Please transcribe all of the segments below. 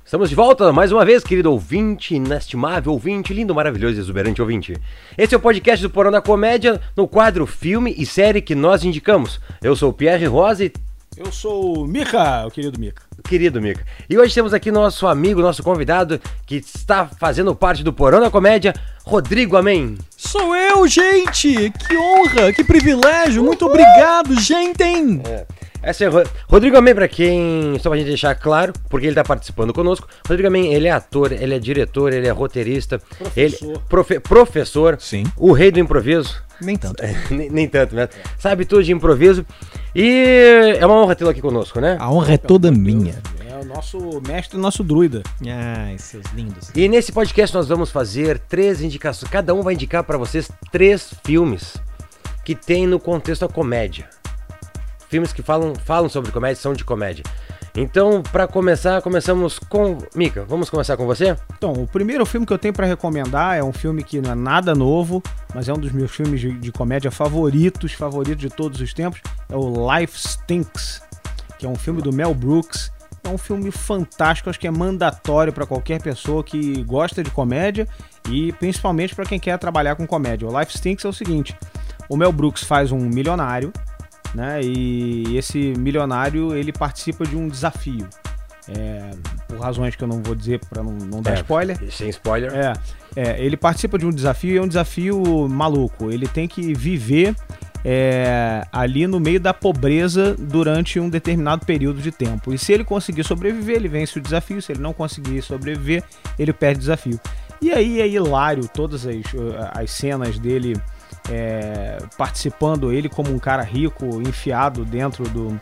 Estamos de volta mais uma vez, querido ouvinte, inestimável ouvinte, lindo, maravilhoso e exuberante ouvinte. Esse é o podcast do Porão da Comédia, no quadro Filme e Série que nós indicamos. Eu sou o Pierre Rosa e... Eu sou o Mika, o querido Mika. Querido Mika. E hoje temos aqui nosso amigo, nosso convidado, que está fazendo parte do Porão da Comédia, Rodrigo Amém. Sou eu, gente! Que honra, que privilégio! Muito obrigado, gente! Esse é Rodrigo Amém, pra quem, só pra gente deixar claro, porque ele tá participando conosco. Rodrigo Amém, ele é ator, ele é diretor, ele é roteirista, professor, Sim. O rei do improviso. Nem tanto. Nem tanto, né? Sabe tudo de improviso. E é uma honra tê-lo aqui conosco, né? A honra é toda minha. É o nosso mestre, nosso druida. Ai, seus lindos. E nesse podcast nós vamos fazer 3 indicações. Cada um vai indicar pra vocês 3 filmes que tem no contexto da comédia. Filmes que falam sobre comédia, são de comédia. Então, pra começar, começamos com... Mika, vamos começar com você? Então, o primeiro filme que eu tenho pra recomendar é um filme que não é nada novo, mas é um dos meus filmes de comédia favoritos de todos os tempos. É o Life Stinks, que é um filme do Mel Brooks. É um filme fantástico, acho que é mandatório pra qualquer pessoa que gosta de comédia e principalmente pra quem quer trabalhar com comédia. O Life Stinks é o seguinte, o Mel Brooks faz um milionário, né? E esse milionário, ele participa de um desafio. Por razões que eu não vou dizer para não dar spoiler. Sem spoiler. Ele participa de um desafio e é um desafio maluco. Ele tem que viver ali no meio da pobreza durante um determinado período de tempo. E se ele conseguir sobreviver, ele vence o desafio. Se ele não conseguir sobreviver, ele perde o desafio. E aí é hilário todas as cenas dele participando, ele como um cara rico, enfiado dentro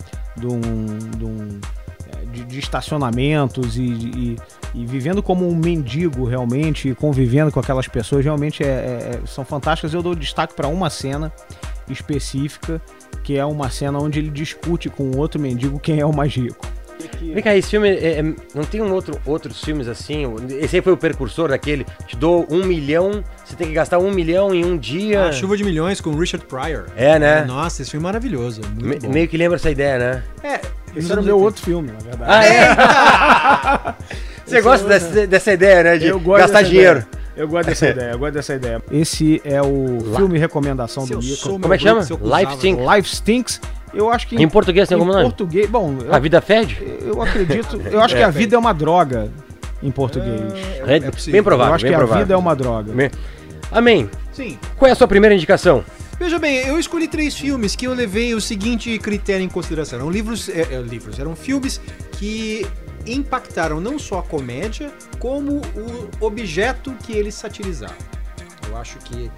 de estacionamentos e vivendo como um mendigo realmente, convivendo com aquelas pessoas, realmente são fantásticas. Eu dou destaque para uma cena específica, que é uma cena onde ele discute com outro mendigo quem é o mais rico. Vem cá, esse filme, não tem outros filmes assim? Esse aí foi o precursor daquele, te dou 1 milhão, você tem que gastar 1 milhão em um dia. Chuva de Milhões com Richard Pryor. Né? Nossa, esse filme é maravilhoso. Muito bom. Meio que lembra essa ideia, né? Esse era o meu outro filme, na verdade. Você gosta dessa ideia, né? De gastar dinheiro. Eu gosto dessa ideia, Esse é o filme recomendação do Mika. Como é que chama? Life Stinks. Eu acho que em português tem algum nome? Em português, bom... A vida fede? Eu acredito... Eu acho que a vida é uma droga em português. Bem provável. Eu acho que a vida é uma droga. Amém. Sim. Qual é a sua primeira indicação? Veja bem, eu escolhi 3 filmes que eu levei o seguinte critério em consideração. Eram filmes que impactaram não só a comédia, como o objeto que eles satirizaram. Eu acho que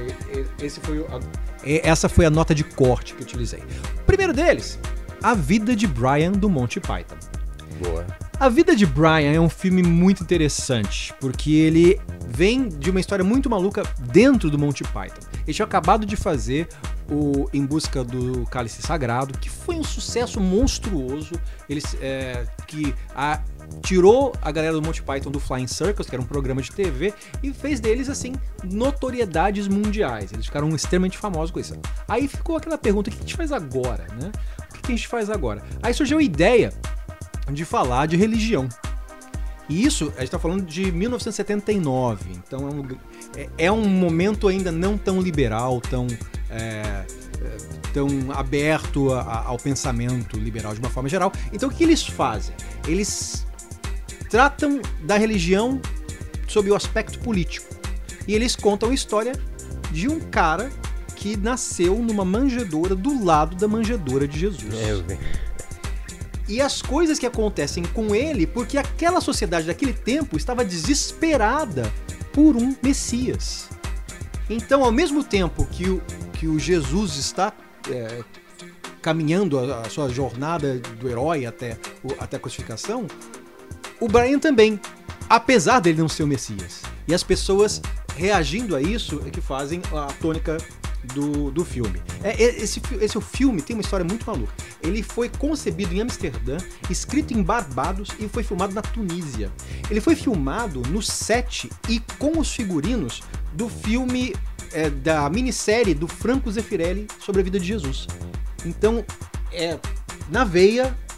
essa foi a nota de corte que eu utilizei. O primeiro deles, A Vida de Brian, do Monty Python. Boa. A Vida de Brian é um filme muito interessante, porque ele vem de uma história muito maluca dentro do Monty Python. Eles tinham acabado de fazer o Em Busca do Cálice Sagrado, que foi um sucesso monstruoso. Tirou a galera do Monty Python do Flying Circus, que era um programa de TV, e fez deles, assim, notoriedades mundiais. Eles ficaram extremamente famosos com isso. Aí ficou aquela pergunta, o que a gente faz agora, né? O que a gente faz agora? Aí surgiu a ideia de falar de religião. E isso, a gente tá falando de 1979, então é um momento ainda não tão liberal, tão aberto ao pensamento liberal de uma forma geral. Então o que eles fazem? Eles tratam da religião sob o aspecto político. E eles contam a história de um cara que nasceu numa manjedoura do lado da manjedoura de Jesus. E as coisas que acontecem com ele, porque aquela sociedade daquele tempo estava desesperada por um Messias. Então, ao mesmo tempo que o Jesus está caminhando a sua jornada do herói até a crucificação, o Brian também, apesar dele não ser o Messias. E as pessoas reagindo a isso é que fazem a tônica do filme. Esse filme tem uma história muito maluca. Ele foi concebido em Amsterdã, escrito em Barbados e foi filmado na Tunísia. Ele foi filmado no set e com os figurinos do filme da minissérie do Franco Zeffirelli sobre a vida de Jesus. Então, na veia,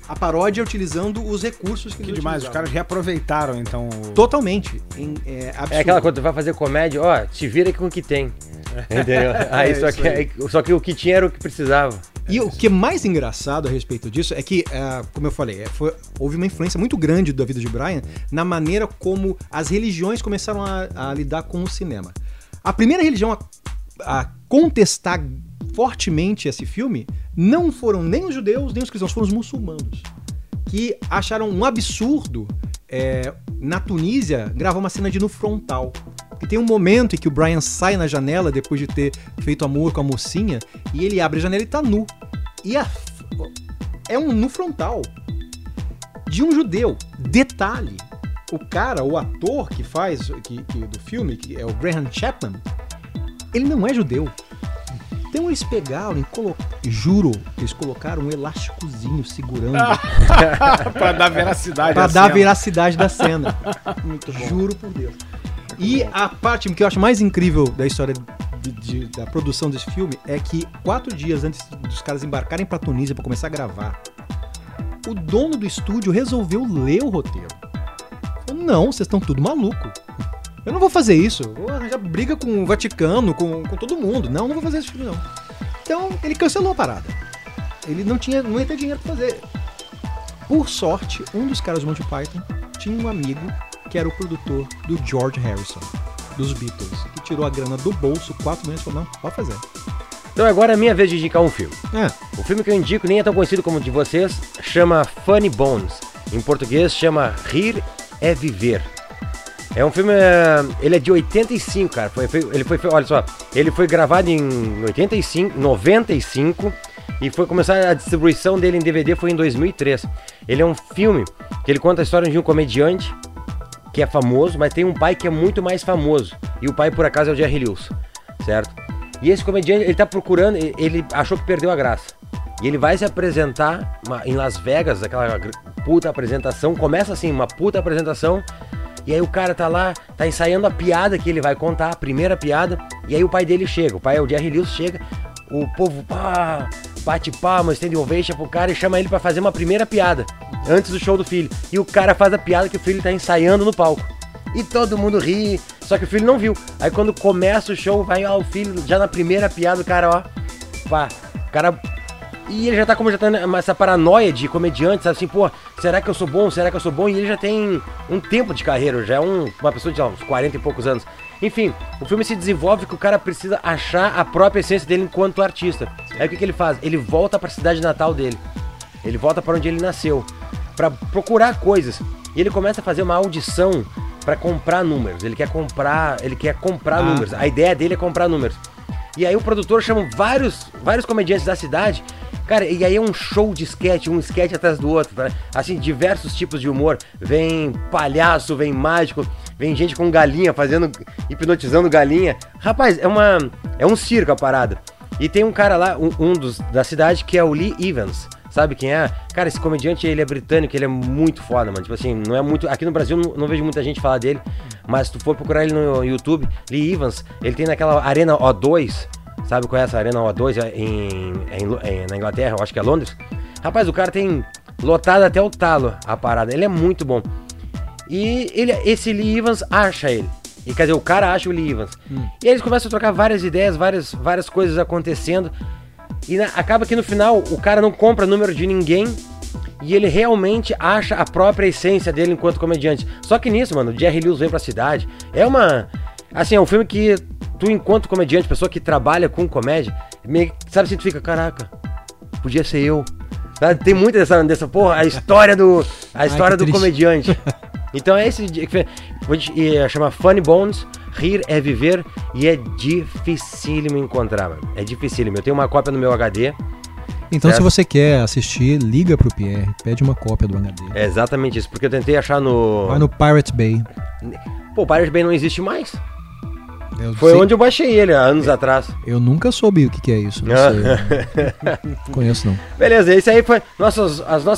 a paródia utilizando os recursos que Que eles demais, os utilizavam. caras reaproveitaram, então... Totalmente. É absurdo. É aquela coisa, tu vai fazer comédia, ó, te vira com o que tem. Entendeu? Aí, só que o que tinha era o que precisava. E o que é mais engraçado a respeito disso é que, como eu falei, houve uma influência muito grande da vida de Brian na maneira como as religiões começaram a lidar com o cinema. A primeira religião a contestar fortemente esse filme não foram nem os judeus, nem os cristãos, foram os muçulmanos, que acharam um absurdo na Tunísia gravar uma cena de nu frontal. E tem um momento em que o Brian sai na janela depois de ter feito amor com a mocinha e ele abre a janela e tá nu. E é um nu frontal de um judeu. Detalhe, o ator que faz do filme, que é o Graham Chapman, ele não é judeu. Então eles pegaram juro, eles colocaram um elásticozinho segurando Pra dar veracidade pra à dar cena. veracidade da cena. Muito bom. Juro por Deus. E a parte que eu acho mais incrível da história da produção desse filme é que 4 dias antes dos caras embarcarem pra Tunísia pra começar a gravar, o dono do estúdio resolveu ler o roteiro. Falou, não, vocês estão tudo maluco. Eu não vou fazer isso. Eu vou arranjar briga com o Vaticano, com todo mundo. Não vou fazer esse filme, não. Então, ele cancelou a parada. Ele não ia ter dinheiro pra fazer. Por sorte, um dos caras do Monty Python tinha um amigo que era o produtor do George Harrison, dos Beatles, que tirou a grana do bolso 4 meses e falou, não, pode fazer. Então agora é minha vez de indicar um filme. É. O filme que eu indico nem é tão conhecido como o de vocês, chama Funny Bones. Em português chama Rir é Viver. É um filme, ele é de 85, cara. Olha só, ele foi gravado em 95 e foi começar a distribuição dele em DVD foi em 2003. Ele é um filme que ele conta a história de um comediante que é famoso, mas tem um pai que é muito mais famoso. E o pai, por acaso, é o Jerry Lewis, certo? E esse comediante, ele tá procurando, ele achou que perdeu a graça. E ele vai se apresentar em Las Vegas, aquela puta apresentação. Começa assim, uma puta apresentação. E aí o cara tá lá, tá ensaiando a piada que ele vai contar, a primeira piada. E aí o pai dele chega, o pai é o Jerry Lewis, chega. O povo bate palma, estende ovation pro cara e chama ele pra fazer uma primeira piada antes do show do filho. E o cara faz a piada que o filho tá ensaiando no palco. E todo mundo ri, só que o filho não viu. Aí quando começa o show, vai o filho, já na primeira piada, o cara, o cara... E ele já tá essa paranoia de comediante, sabe assim, pô, será que eu sou bom? Será que eu sou bom? E ele já tem um tempo de carreira, já é uma pessoa de uns 40 e poucos anos. Enfim, o filme se desenvolve que o cara precisa achar a própria essência dele enquanto artista. Aí o que ele faz? Ele volta pra cidade natal dele. Ele volta pra onde ele nasceu, pra procurar coisas. E ele começa a fazer uma audição pra comprar números. Ele quer comprar números. A ideia dele é comprar números. E aí o produtor chama vários comediantes da cidade. Cara, e aí é um show de sketch, um sketch atrás do outro, tá? Assim, diversos tipos de humor. Vem palhaço, vem mágico, vem gente com galinha, hipnotizando galinha. Rapaz, é um circo a parada. E tem um cara lá, da cidade, que é o Lee Evans. Sabe quem é? Cara, esse comediante, ele é britânico, ele é muito foda, mano. Tipo assim, não é muito... Aqui no Brasil, não vejo muita gente falar dele. Mas se tu for procurar ele no YouTube, Lee Evans, ele tem naquela Arena O2... Sabe qual é essa Arena O2 na Inglaterra? Eu acho que é Londres. Rapaz, o cara tem lotado até o talo a parada. Ele é muito bom. E esse Lee Evans acha ele. E, quer dizer, o cara acha o Lee Evans. E aí eles começam a trocar várias ideias, várias coisas acontecendo. E acaba que no final o cara não compra número de ninguém. E ele realmente acha a própria essência dele enquanto comediante. Só que nisso, mano, o Jerry Lewis vem pra cidade. Assim, é um filme que tu, enquanto comediante, pessoa que trabalha com comédia, sabe assim, tu fica, caraca, podia ser eu. Sabe? Tem muita dessa porra, a história do comediante. Então é esse que chama Funny Bones, Rir é Viver, e é dificílimo encontrar, mano. É dificílimo. Eu tenho uma cópia no meu HD. Então, certo? Se você quer assistir, liga pro Pierre, pede uma cópia do HD. É exatamente isso, porque eu tentei achar no... Vai no Pirate Bay. Pô, o Pirate Bay não existe mais. Foi onde eu baixei ele há anos atrás. Eu nunca soube o que é isso. Não sei. Não conheço, não. Beleza, esse aí foi as nossas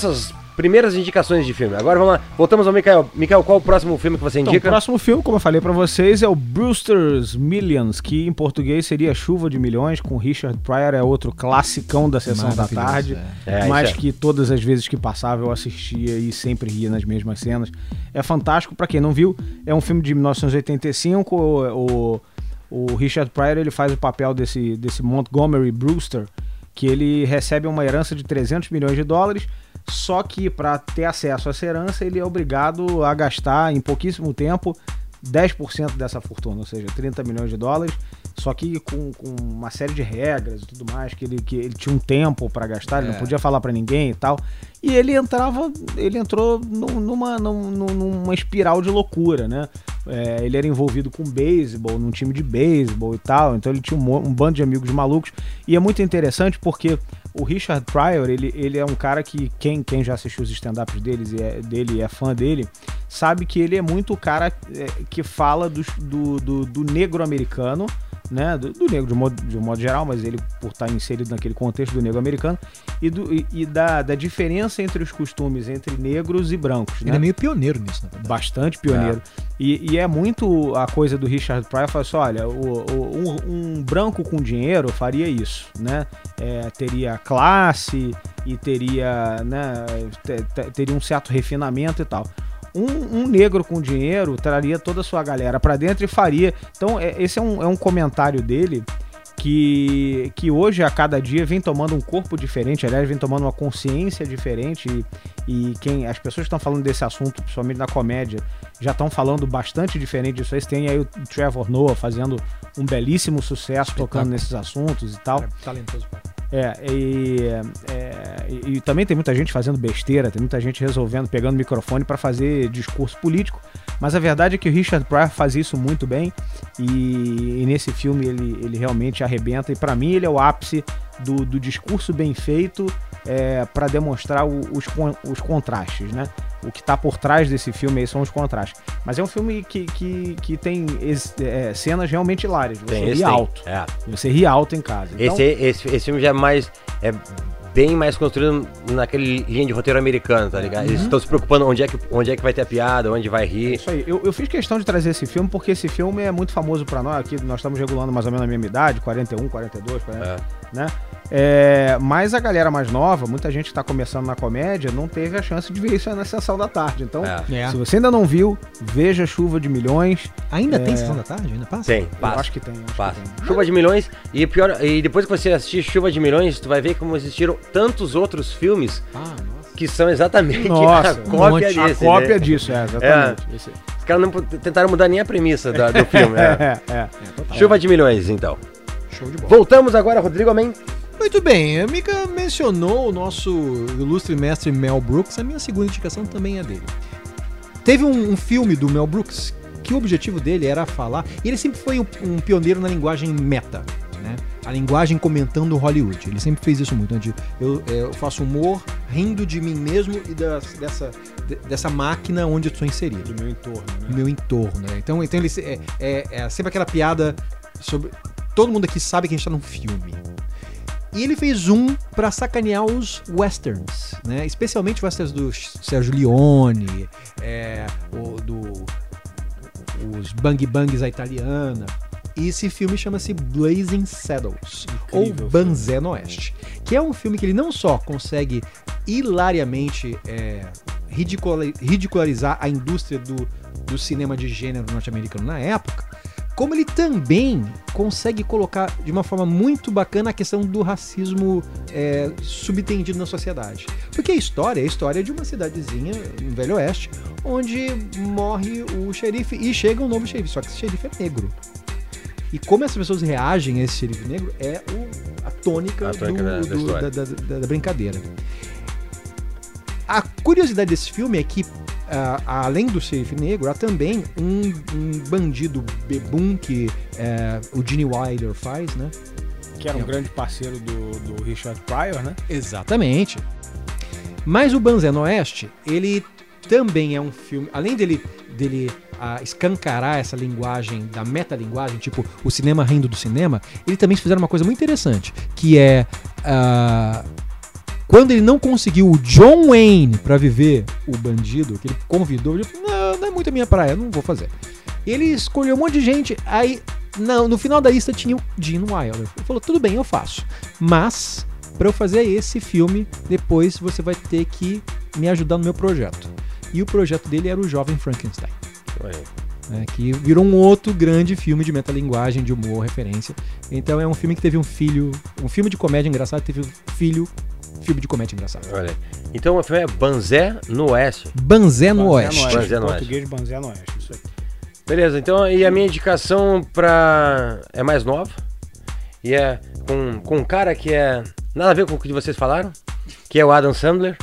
primeiras indicações de filme. Agora vamos lá, voltamos ao Mikael. Mikael, qual o próximo filme que você indica? Então, o próximo filme, como eu falei pra vocês, é o Brewster's Millions, que em português seria Chuva de Milhões, com Richard Pryor, é outro classicão da Sessão da Tarde, mas que todas as vezes que passava eu assistia e sempre ria nas mesmas cenas. É fantástico, pra quem não viu, é um filme de 1985, o Richard Pryor ele faz o papel desse Montgomery Brewster, que ele recebe uma herança de 300 milhões de dólares, só que para ter acesso a essa herança ele é obrigado a gastar em pouquíssimo tempo 10% dessa fortuna, ou seja, 30 milhões de dólares, só que com uma série de regras e tudo mais, que ele tinha um tempo para gastar, ele não podia falar para ninguém e tal, e ele entrou numa espiral de loucura, né? Ele era envolvido com beisebol, num time de beisebol e tal, então ele tinha um bando de amigos malucos, e é muito interessante porque o Richard Pryor, ele é um cara que quem já assistiu os stand-ups dele e é fã dele, sabe que ele é muito o cara que fala do negro americano, né, do negro de um modo geral, mas ele por estar inserido naquele contexto do negro americano e da diferença entre os costumes entre negros e brancos. Ele né? é meio pioneiro nisso, né? Bastante pioneiro. E é muito a coisa do Richard Pryor, fala assim, olha, um branco com dinheiro faria isso, né? Teria classe e teria, né, teria um certo refinamento e tal. Um negro com dinheiro traria toda a sua galera pra dentro e faria. Então esse é um comentário dele que hoje a cada dia vem tomando um corpo diferente, aliás, vem tomando uma consciência diferente e as pessoas que estão falando desse assunto, principalmente na comédia, já estão falando bastante diferente disso. Aí tem aí o Trevor Noah fazendo um belíssimo sucesso tocando nesses assuntos e tal. Talentoso, pai. E também tem muita gente fazendo besteira, tem muita gente pegando microfone para fazer discurso político, mas a verdade é que o Richard Pryor faz isso muito bem e nesse filme ele realmente arrebenta, e para mim ele é o ápice do discurso bem feito para demonstrar os contrastes, né? O que está por trás desse filme aí são os contrastes. Mas é um filme que tem cenas realmente hilárias. Você ri alto. Você ri alto em casa. Então, esse filme já é bem mais construído naquele linha de roteiro americano, tá ligado? Eles estão se preocupando onde é que vai ter a piada, onde vai rir. Isso aí. Eu fiz questão de trazer esse filme porque esse filme é muito famoso pra nós. Aqui nós estamos regulando mais ou menos a mesma idade, 41, 42, 40, né? Mas a galera mais nova, muita gente que tá começando na comédia, não teve a chance de ver isso na Sessão da Tarde. Então, se você ainda não viu, veja Chuva de Milhões. Ainda tem Sessão da Tarde? Ainda passa? Tem, passa. Eu acho que tem. Chuva de Milhões, e depois que você assistir Chuva de Milhões, tu vai ver como existiram tantos outros filmes que são exatamente a cópia desse. A cópia disso, exatamente. Os caras não tentaram mudar nem a premissa do filme. Chuva de Milhões, então. Show de bola. Voltamos agora, Rodrigo Amém. Muito bem, a Mika mencionou o nosso ilustre mestre Mel Brooks, a minha segunda indicação também é dele. Teve um filme do Mel Brooks que o objetivo dele era falar, e ele sempre foi um pioneiro na linguagem meta, né? A linguagem comentando Hollywood. Ele sempre fez isso muito, onde eu faço humor rindo de mim mesmo e dessa máquina onde eu sou inserido. Do meu entorno, né? Do meu entorno, né? Então ele é sempre aquela piada sobre... Todo mundo aqui sabe que a gente tá num filme. E ele fez pra sacanear os westerns, né? Especialmente westerns do Sergio Leone, os Bang Bangs à italiana. E esse filme chama-se Blazing Saddles, ou Banzé no Oeste, que é um filme que ele não só consegue hilariamente ridicularizar a indústria do cinema de gênero norte-americano na época, como ele também consegue colocar de uma forma muito bacana a questão do racismo subtendido na sociedade. Porque a história é a história de uma cidadezinha no Velho Oeste, onde morre o xerife e chega um novo xerife, só que esse xerife é negro. E como as pessoas reagem a esse xerife negro é a tônica da brincadeira. A curiosidade desse filme é que além do xerife negro, há também um bandido bebum que o Gene Wilder faz, né? Que era um grande parceiro do Richard Pryor, né? Exatamente. Mas o Banzé no Oeste, ele também é um filme, além dele escancarar essa linguagem, da metalinguagem, tipo o cinema rindo do cinema, ele também fizeram uma coisa muito interessante, que é Quando ele não conseguiu o John Wayne pra viver o bandido, que ele convidou, ele falou, não é muito a minha praia, não vou fazer. Ele escolheu um monte de gente, aí no final da lista tinha o Gene Wilder. Ele falou, tudo bem, eu faço. Mas, pra eu fazer esse filme, depois você vai ter que me ajudar no meu projeto. E o projeto dele era o Jovem Frankenstein. Que virou um outro grande filme de metalinguagem, de humor, referência. Então é um filme que teve um filme de comédia engraçado, teve um filme de comédia engraçado. Olha. Então o filme é Banzé no Oeste. Banzé no Oeste. Banzé no Oeste. Português Banzé no Oeste, isso aí. Beleza, então e a minha indicação é mais nova. E é com um cara que é nada a ver com o que vocês falaram, que é o Adam Sandler.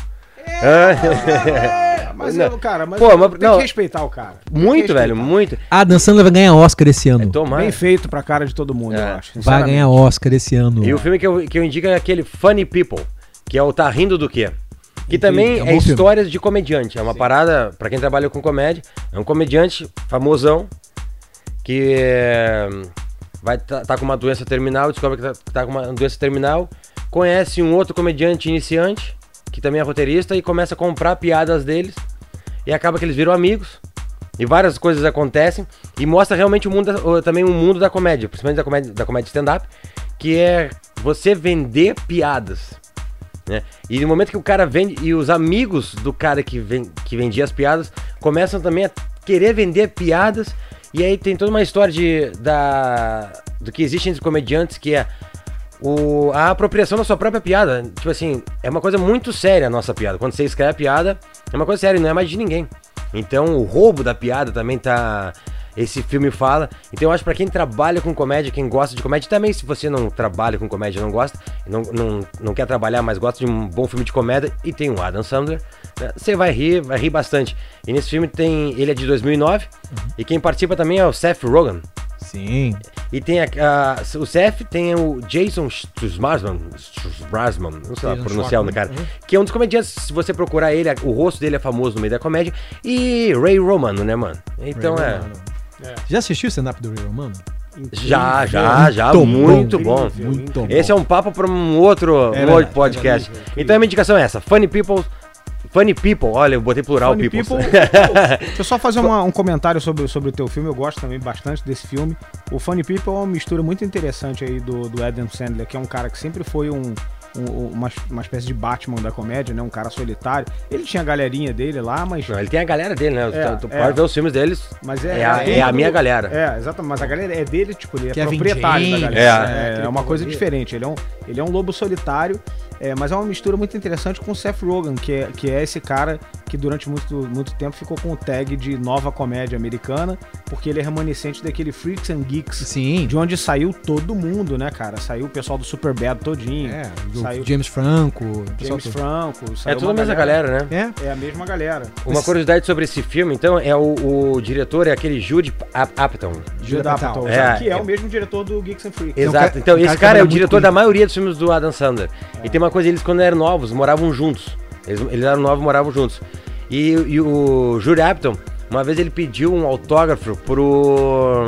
Mas, não. cara, mas, Pô, mas tem não. que respeitar o cara. Muito, velho, muito. Adam Sandler vai ganhar Oscar esse ano. Tomara. Bem feito pra cara de todo mundo, eu acho. Vai sinceramente. ganhar Oscar esse ano. E o filme que eu indico é aquele Funny People, que é o Tá Rindo do Quê? Que também é um é bom filme. histórias de comediante. É uma parada, pra quem trabalha com comédia, é um comediante famosão que vai tá com uma doença terminal, descobre que tá com uma doença terminal, conhece um outro comediante iniciante, que também é roteirista, e começa a comprar piadas deles, e acaba que eles viram amigos, e várias coisas acontecem, e mostra realmente também um mundo da comédia, principalmente da comédia stand-up, que é você vender piadas, né? E no momento que o cara vende, e os amigos do cara que vendia as piadas, começam também a querer vender piadas, e aí tem toda uma história do que existe entre comediantes, que é a apropriação da sua própria piada. Tipo assim, é uma coisa muito séria a nossa piada. Quando você escreve a piada, é uma coisa séria, não é mais de ninguém. Então o roubo da piada também esse filme fala. Então eu acho que pra quem trabalha com comédia, quem gosta de comédia, também se você não trabalha com comédia, não gosta, não quer trabalhar, mas gosta de um bom filme de comédia, e tem o Adam Sandler, né, você vai rir bastante. E nesse filme ele é de 2009, e quem participa também é o Seth Rogen. Sim. E tem o Seth, tem o Jason Schwartzman, não sei lá pronunciar o nome, cara, que é um dos comediantes. Se você procurar ele, o rosto dele é famoso no meio da comédia. E Ray Romano, né, mano? Então Já assistiu o stand-up do Ray Romano? Já, muito bom. Muito bom. Esse é um papo para um outro podcast. Então a minha indicação é essa: Funny People, olha, eu botei plural Funny people. Deixa eu só fazer um comentário sobre o teu filme. Eu gosto também bastante desse filme. O Funny People é uma mistura muito interessante aí do Adam Sandler, que é um cara que sempre foi uma espécie de Batman da comédia, né? Um cara solitário. Ele tinha a galerinha dele lá, mas... Não, ele tem a galera dele, né? Tu pode ver os filmes deles, mas é a minha galera. Exatamente, mas a galera é dele, tipo, ele é Kevin proprietário James, da galera. É uma coisa dele. diferente. Ele é um lobo solitário, mas é uma mistura muito interessante com o Seth Rogen, que é esse cara que durante muito tempo ficou com o tag de nova comédia americana, porque ele é remanescente daquele Freaks and Geeks, Sim. de onde saiu todo mundo, né, cara? Saiu o pessoal do Superbad todinho. Saiu James Franco. É tudo a mesma galera, né? É a mesma galera. Uma curiosidade sobre esse filme, então, é o diretor é aquele Judd Apatow. Judd Apatow, que é o mesmo diretor do Geeks and Freaks. Exato, então esse cara é o diretor da maioria dos filmes do Adam Sandler. E tem uma coisa, eles quando eram novos, moravam juntos. Eles eram novos, moravam juntos. E o Judd Apatow, uma vez ele pediu um autógrafo pro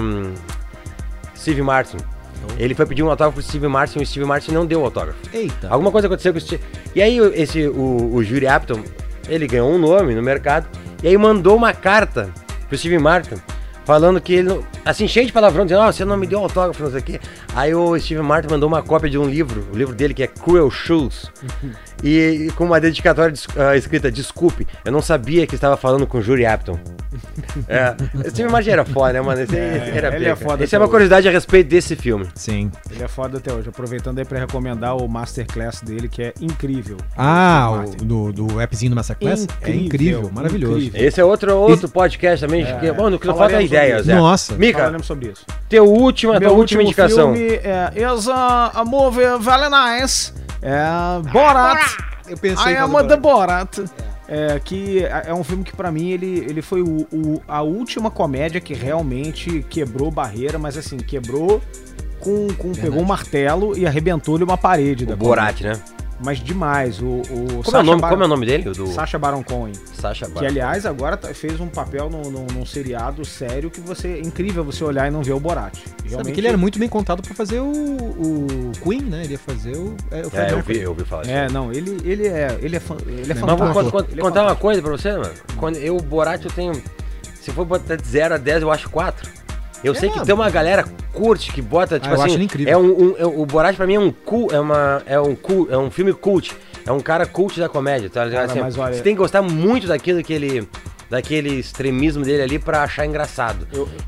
Steve Martin. Ele foi pedir um autógrafo pro Steve Martin e o Steve Martin não deu o autógrafo. Eita. Alguma coisa aconteceu com o Steve. E aí o Judd Apatow, ele ganhou um nome no mercado e aí mandou uma carta pro Steve Martin falando que ele, assim, cheio de palavrão, dizendo, você não me deu autógrafo, não sei o quê. Aí o Steve Martin mandou uma cópia de um livro, o livro dele que é Cruel Shoes, e com uma dedicatória escrita, desculpe, eu não sabia que estava falando com o Judd Apatow. Steve Martin era foda, né, mano? Ele é foda. Essa é uma curiosidade a respeito desse filme. Sim. Ele é foda até hoje. Aproveitando aí pra recomendar o Masterclass dele, que é incrível. Do appzinho do Masterclass? É incrível, maravilhoso. Incrível. Esse é outro podcast também, que não falta ideias. Nossa. Mika, falaremos sobre isso. Tua última indicação. Filme is a movie very nice. Borat. Eu pensei I am the Borat. Que é um filme que pra mim ele foi a última comédia que realmente quebrou barreira, mas assim, quebrou pegou um martelo e arrebentou-lhe uma parede. O Borat, né? Mas demais. O Como é o nome dele? O do Sacha Baron Cohen. Sacha Baron. Que, aliás, agora fez um papel num seriado sério que é incrível você olhar e não ver o Borat. Sabe Realmente, que ele era muito bem contado pra fazer o Queen, né? Ele ia fazer o Fred Mercury. eu ouvi falar disso. Não, ele é fantástico. Mas vou Ele é contar uma coisa pra você, mano. Quando o Borat eu tenho... Se for botar de 0 a 10, eu acho 4. Eu sei que tem uma galera curte que bota, tipo eu assim... acho ele incrível. O Borat pra mim é é um filme cult. É um cara cult da comédia, tá ligado? Cara, mas olha... Você tem que gostar muito daquele extremismo dele ali pra achar engraçado.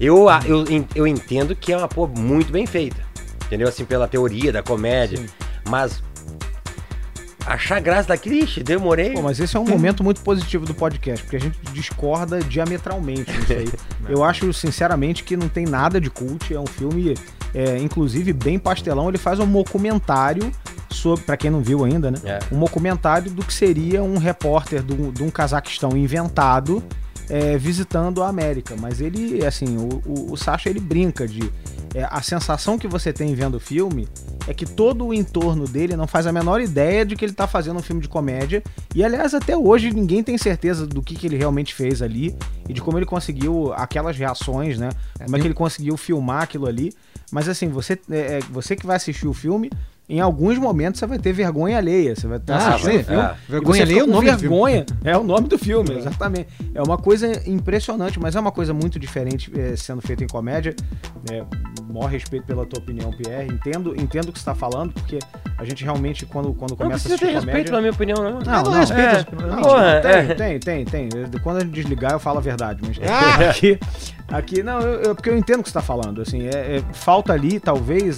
Eu entendo que é uma porra muito bem feita. Entendeu? Assim, pela teoria da comédia. Sim. Mas... achar graça daquilo, ixi, demorei. Mas esse é um momento muito positivo do podcast, porque a gente discorda diametralmente nisso aí. Eu acho, sinceramente, que não tem nada de cult, é um filme, inclusive, bem pastelão. Ele faz um documentário sobre, pra quem não viu ainda, né? Um documentário do que seria um repórter de um Cazaquistão inventado visitando a América. Mas ele, assim, o Sacha, ele brinca de... a sensação que você tem vendo o filme é que todo o entorno dele não faz a menor ideia de que ele tá fazendo um filme de comédia. E, aliás, até hoje ninguém tem certeza do que ele realmente fez ali e de como ele conseguiu aquelas reações, né? Como é que ele conseguiu filmar aquilo ali. Mas, assim, você que vai assistir o filme... Em alguns momentos você vai ter vergonha alheia. Você vai estar assistindo o filme. Vergonha alheia é o nome do filme. É o nome do filme, exatamente. É uma coisa impressionante, mas é uma coisa muito diferente sendo feita em comédia. Maior respeito pela tua opinião, Pierre. Entendo o que você está falando, porque a gente realmente, quando começa a assistir comédia... Não respeito pela minha opinião, não. Não respeito. Tem. Quando a gente desligar, eu falo a verdade. Mas aqui não, porque eu entendo o que você está falando. Assim, falta ali, talvez,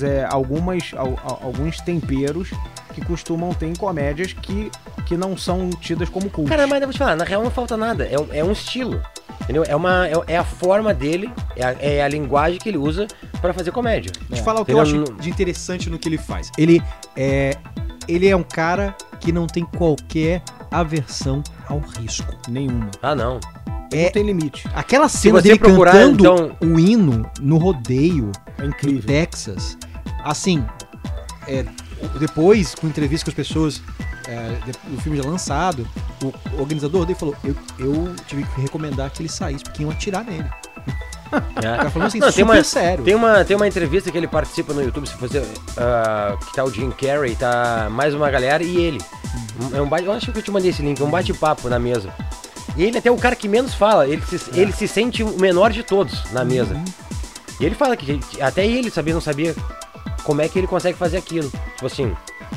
alguns temperos que costumam ter em comédias que não são tidas como cult. Cara, mas eu vou te falar, na real não falta nada. É um estilo. Entendeu? É a forma dele, é a linguagem que ele usa pra fazer comédia. Deixa eu falar o que eu acho de interessante no que ele faz. Ele é um cara que não tem qualquer aversão ao risco. Nenhuma. Não. Não tem limite. Aquela cena dele cantando o hino no rodeio em Texas, assim, depois, com entrevista com as pessoas, o filme já lançado, o organizador dele falou, eu tive que recomendar que ele saísse, porque iam atirar nele. O cara falou assim, super sério. Tem uma entrevista que ele participa no YouTube, se você, que tá o Jim Carrey, tá mais uma galera e ele. Eu acho que eu te mandei esse link, um bate-papo na mesa. E ele até é o cara que menos fala, ele se sente o menor de todos na mesa. E ele fala que até ele não sabia como é que ele consegue fazer aquilo. Tipo assim,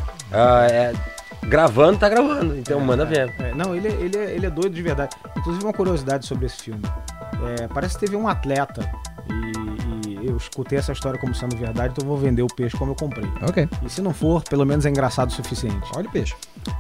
gravando, tá gravando, então manda ver. Não, ele é doido de verdade. Inclusive, uma curiosidade sobre esse filme. Parece que teve um atleta, e eu escutei essa história como sendo verdade, então eu vou vender o peixe como eu comprei. Ok. E se não for, pelo menos é engraçado o suficiente. Olha o peixe.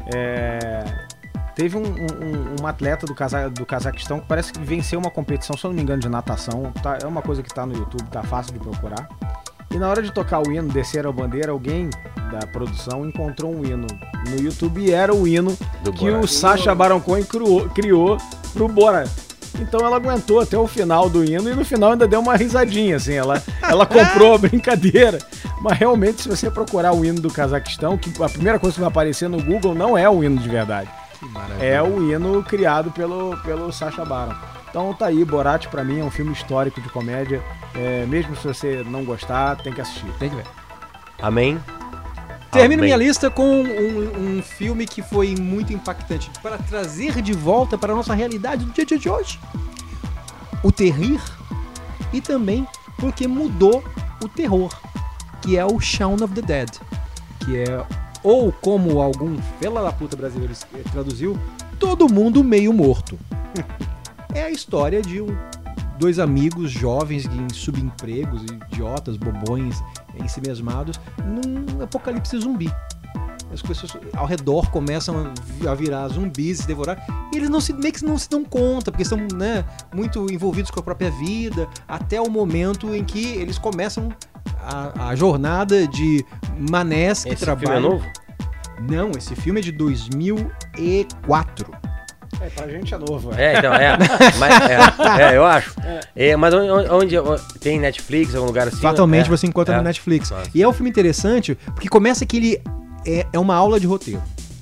Teve um atleta do Cazaquistão que parece que venceu uma competição, se eu não me engano, de natação. É uma coisa que tá no YouTube, tá fácil de procurar. E na hora de tocar o hino, descer a bandeira, alguém da produção encontrou um hino no YouTube e era o hino que o Sacha Baron Cohen criou pro Borat. Então ela aguentou até o final do hino e no final ainda deu uma risadinha, assim, ela comprou a brincadeira. Mas realmente, se você procurar o hino do Cazaquistão, que a primeira coisa que vai aparecer no Google não é o hino de verdade. É o hino criado pelo Sacha Baron. Então tá aí, Borat pra mim é um filme histórico de comédia. Mesmo se você não gostar, tem que assistir. Tem que ver. Amém? Termino minha lista com um filme que foi muito impactante para trazer de volta para a nossa realidade do dia de hoje. O terrir e também porque mudou o terror, que é o Shaun of the Dead, que é, ou como algum fela da puta brasileiro traduziu, todo mundo meio morto. É a história de dois amigos jovens em subempregos, idiotas, bobões, ensimesmados, num apocalipse zumbi. As pessoas ao redor começam a virar zumbis, se devorar, e eles meio que não se dão conta, porque estão, né, muito envolvidos com a própria vida, até o momento em que eles começam a jornada de manés que trabalham... Esse filme é novo? Não, esse filme é de 2004. Pra gente é novo. Mas, eu acho. Mas onde tem Netflix, algum lugar assim? Fatalmente você encontra no Netflix. Nossa. E é um filme interessante, porque começa que ele é uma aula de roteiro.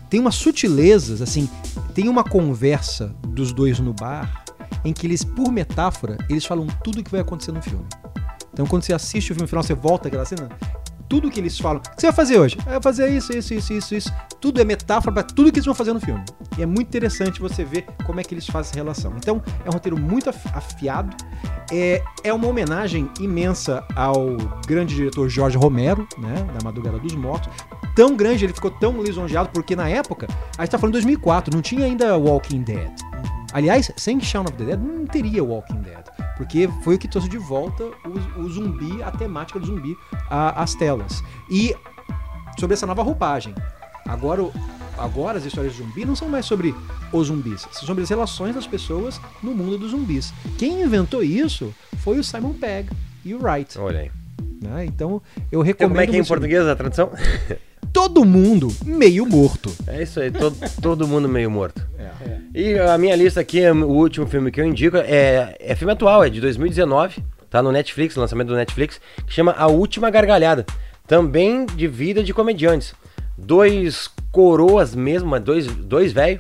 tem umas sutilezas, assim, tem uma conversa dos dois no bar em que eles, por metáfora, eles falam tudo o que vai acontecer no filme. Então, quando você assiste o filme final, você volta àquela cena, tudo que eles falam, o que você vai fazer hoje? Vai fazer isso. Tudo é metáfora para tudo que eles vão fazer no filme. E é muito interessante você ver como é que eles fazem essa relação. Então, é um roteiro muito afiado, é uma homenagem imensa ao grande diretor Jorge Romero, né, da Madrugada dos Mortos. Tão grande, ele ficou tão lisonjeado, porque na época, a gente tá falando de 2004, não tinha ainda Walking Dead. Aliás, sem Shaun of the Dead, não teria Walking Dead, porque foi o que trouxe de volta o zumbi, a temática do zumbi, às telas. E sobre essa nova roupagem, agora as histórias de zumbi não são mais sobre os zumbis, são sobre as relações das pessoas no mundo dos zumbis. Quem inventou isso foi o Simon Pegg e o Wright. Olha aí. Né? Então, eu recomendo... Como é que é em português a tradução? Todo mundo meio morto. É isso aí, todo mundo meio morto. E a minha lista aqui, o último filme que eu indico é filme atual, é de 2019, tá no Netflix, lançamento do Netflix, que chama A Última Gargalhada. Também de vida de comediantes. Dois coroas mesmo, dois velho,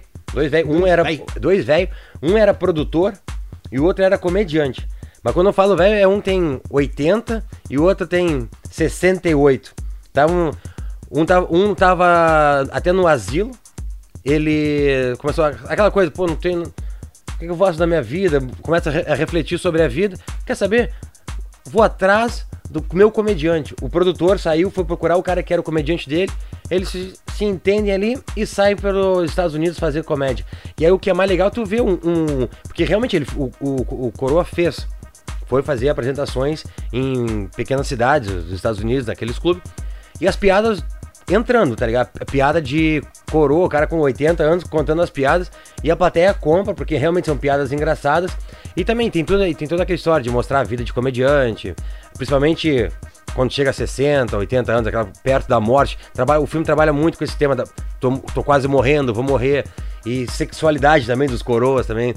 um era produtor e o outro era comediante. Mas quando eu falo velho, um tem 80 e o outro tem 68. Um tava até no asilo, ele começou aquela coisa, pô, não tem... O que eu faço da minha vida? Começa a refletir sobre a vida. Quer saber? Vou atrás do meu comediante. O produtor saiu, foi procurar o cara que era o comediante dele, eles se entendem ali e saem pelos Estados Unidos fazer comédia. E aí o que é mais legal, tu vê porque realmente o Coroa foi fazer apresentações em pequenas cidades dos Estados Unidos, naqueles clubes, e as piadas entrando, tá ligado? A piada de coroa, o cara com 80 anos contando as piadas, e a plateia compra, porque realmente são piadas engraçadas. E também tem toda aquela história de mostrar a vida de comediante, principalmente quando chega a 60, 80 anos, perto da morte. O filme trabalha muito com esse tema tô quase morrendo, vou morrer, e sexualidade também dos coroas também,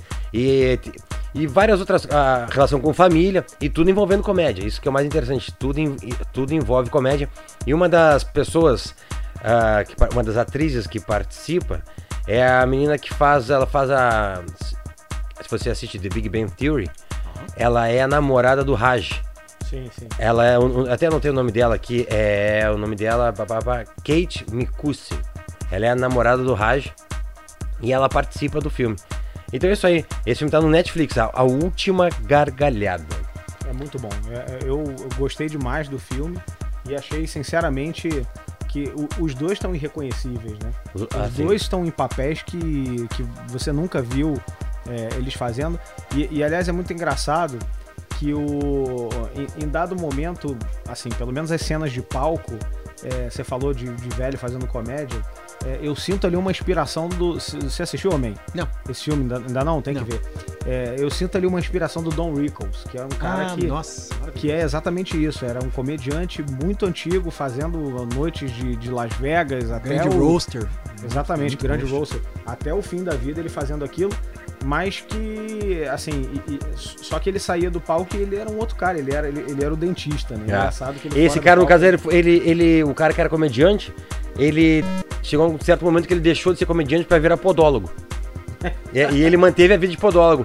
e várias outras, relação com família, e tudo envolvendo comédia. Isso que é o mais interessante, tudo envolve comédia. E uma das pessoas, uma das atrizes que participa é a menina que ela faz se você assiste The Big Bang Theory, ela é a namorada do Raj. Sim. Ela é, até não tem o nome dela aqui, o nome dela, Kate Mikusi. Ela é a namorada do Raj e ela participa do filme. Então é isso aí, esse filme tá no Netflix, A Última Gargalhada. É muito bom, eu gostei demais do filme e achei sinceramente que os dois estão irreconhecíveis, né? Os dois estão em papéis que você nunca viu eles fazendo, e aliás é muito engraçado que em dado momento, assim, pelo menos as cenas de palco, você falou de velho fazendo comédia, eu sinto ali uma inspiração Você assistiu, Homem? Não. Esse filme ainda não? Tem que ver. Eu sinto ali uma inspiração do Don Rickles, que é um cara que é exatamente isso. Era um comediante muito antigo, fazendo noites de Las Vegas. Grande roaster. Exatamente, grande roaster. Até o fim da vida ele fazendo aquilo. Mas que, assim, só que ele saía do palco e ele era um outro cara, ele era o dentista, né? Engraçado que ele esse cara, no caso, o cara que era comediante, ele chegou a um certo momento que ele deixou de ser comediante pra virar podólogo. E ele manteve a vida de podólogo.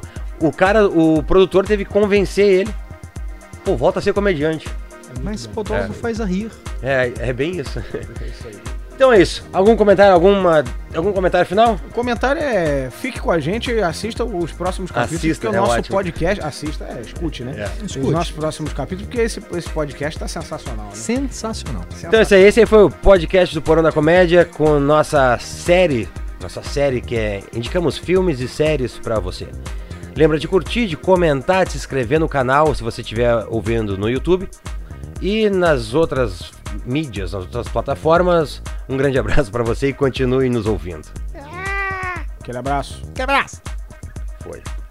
O produtor teve que convencer ele, pô, volta a ser comediante. Mas podólogo faz a rir. É bem isso. É isso aí. Então é isso. Algum comentário, algum comentário final? O comentário fique com a gente e assista os próximos capítulos, porque o nosso podcast, escute, né? Escute. Os nossos próximos capítulos, porque esse podcast tá sensacional, né? Sensacional. Então é isso aí, esse aí foi o podcast do Porão da Comédia, com nossa série que indicamos filmes e séries pra você. Lembra de curtir, de comentar, de se inscrever no canal, se você estiver ouvindo no YouTube. E nas outras mídias, nas outras plataformas, um grande abraço para você e continue nos ouvindo. Aquele abraço. Que abraço. Foi.